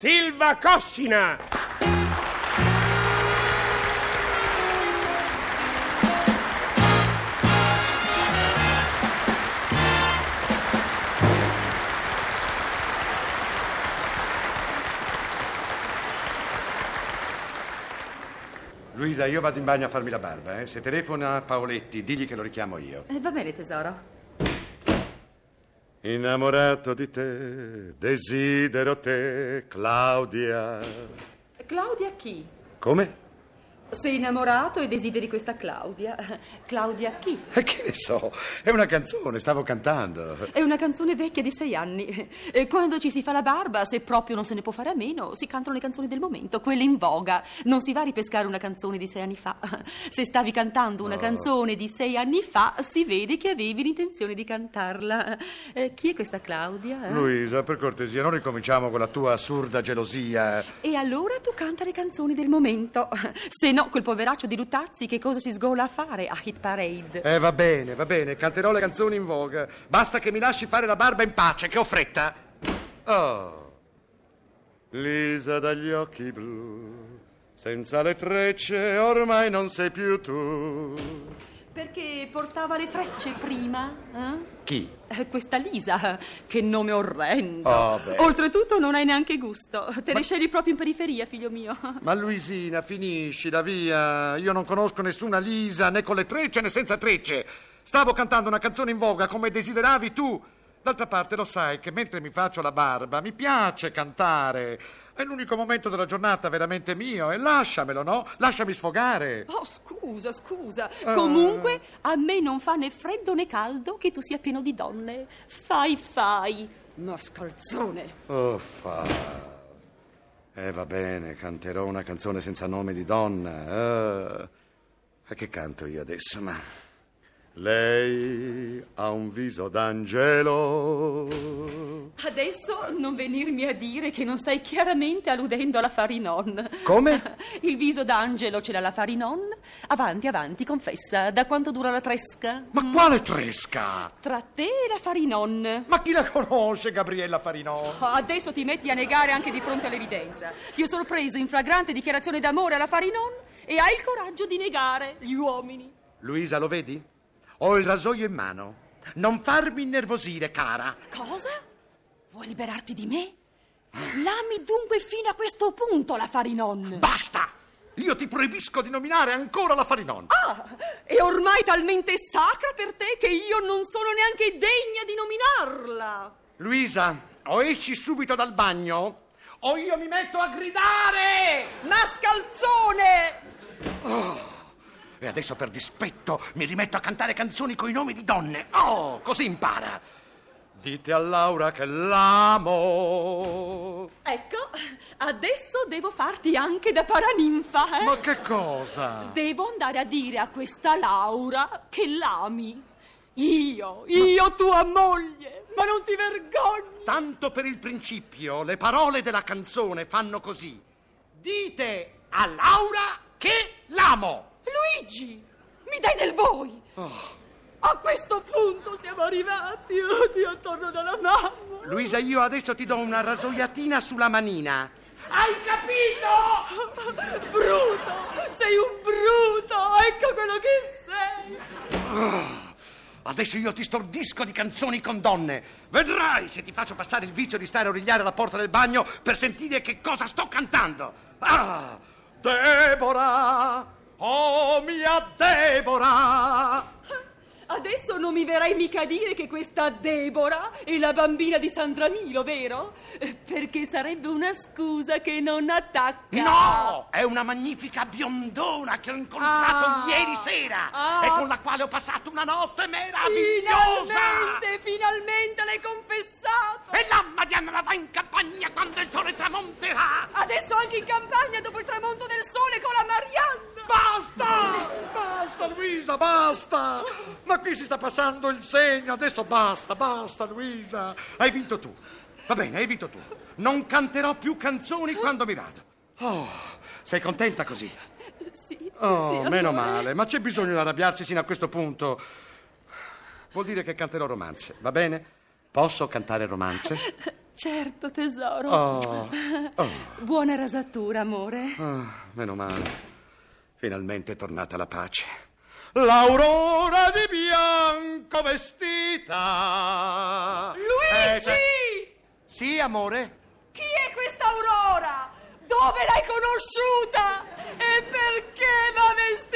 Silva Coscina. Luisa, io vado in bagno a farmi la barba, Se telefona a Paoletti, digli che lo richiamo io. Va bene, tesoro. Innamorato di te, desidero te, Claudia. Claudia chi? Come? Sei innamorato e desideri questa Claudia. Claudia chi? Che ne so, è una canzone, stavo cantando. È una canzone vecchia di 6 anni. Quando ci si fa la barba, se proprio non se ne può fare a meno, si cantano le canzoni del momento, quelle in voga. Non si va a ripescare una canzone di 6 anni fa. Se stavi cantando una canzone di 6 anni fa, si vede che avevi l'intenzione di cantarla. Chi è questa Claudia? Luisa, per cortesia, non ricominciamo con la tua assurda gelosia. E allora tu canta le canzoni del momento. Se no, quel poveraccio di Luttazzi che cosa si sgola a fare a Hit Parade? Va bene, canterò le canzoni in voga. Basta che mi lasci fare la barba in pace, che ho fretta. Oh, Lisa dagli occhi blu, senza le trecce ormai non sei più tu. Perché portava le trecce prima? Chi? Questa Lisa, che nome orrendo. Beh. Oltretutto non hai neanche gusto. Te ne scegli proprio in periferia, figlio mio. Ma Luisina, finiscila, via. Io non conosco nessuna Lisa, né con le trecce né senza trecce. Stavo cantando una canzone in voga come desideravi tu. D'altra parte lo sai che mentre mi faccio la barba mi piace cantare. È l'unico momento della giornata veramente mio e lasciamelo, no? Lasciami sfogare. Oh, scusa. Comunque a me non fa né freddo né caldo che tu sia pieno di donne. Fai. Mascalzone. Va bene, canterò una canzone senza nome di donna. E che canto io adesso, ma... Lei ha un viso d'angelo. Adesso non venirmi a dire che non stai chiaramente alludendo alla Farinon. Come? Il viso d'angelo ce l'ha la Farinon? Avanti, confessa, da quanto dura la tresca? Ma quale tresca? Tra te e la Farinon. Ma chi la conosce, Gabriella Farinon? Adesso ti metti a negare anche di fronte all'evidenza. Ti ho sorpreso in flagrante dichiarazione d'amore alla Farinon e hai il coraggio di negare gli uomini. Luisa, lo vedi? Ho il rasoio in mano. Non farmi innervosire, cara. Cosa? Vuoi liberarti di me? L'ami dunque fino a questo punto la Farinon? Basta! Io ti proibisco di nominare ancora la Farinon. È ormai talmente sacra per te che io non sono neanche degna di nominarla. Luisa, o esci subito dal bagno o io mi metto a gridare! Mascalzone! E adesso per dispetto mi rimetto a cantare canzoni coi nomi di donne. Così impara. Dite a Laura che l'amo. Ecco, adesso devo farti anche da paraninfa, Ma che cosa? Devo andare a dire a questa Laura che l'ami. Io tua moglie, ma non ti vergogni? Tanto per il principio, le parole della canzone fanno così. Dite a Laura che l'amo. Luigi, mi dai del voi? A questo punto siamo arrivati. Oddio, attorno dalla mamma. Luisa, io adesso ti do una rasoiatina sulla manina. Hai capito? Bruto, sei un bruto. Ecco quello che sei. Adesso io ti stordisco di canzoni con donne. Vedrai se ti faccio passare il vizio di stare a origliare alla porta del bagno per sentire che cosa sto cantando. Deborah! Oh, mia Deborah! Adesso non mi verrai mica a dire che questa Deborah è la bambina di Sandramilo, vero? Perché sarebbe una scusa che non attacca. No! È una magnifica biondona che ho incontrato ieri sera e con la quale ho passato una notte meravigliosa! Finalmente l'hai confessato! E l'amma di Anna va in campagna quando il sole tramonterà! Adesso anche in campagna dopo il tramonto del sole con la Marianna! Basta, Luisa, basta! Ma qui si sta passando il segno, adesso basta, Luisa. Hai vinto tu. Va bene, hai vinto tu. Non canterò più canzoni quando mi vado. Sei contenta così? Sì. Meno male, ma c'è bisogno di arrabbiarsi sino a questo punto. Vuol dire che canterò romanze, va bene? Posso cantare romanze? Certo, tesoro. Oh. Buona rasatura, amore. Meno male. Finalmente è tornata la pace. L'aurora di bianco vestita. Luigi! Sì, amore? Chi è questa Aurora? Dove l'hai conosciuta? E perché va vestita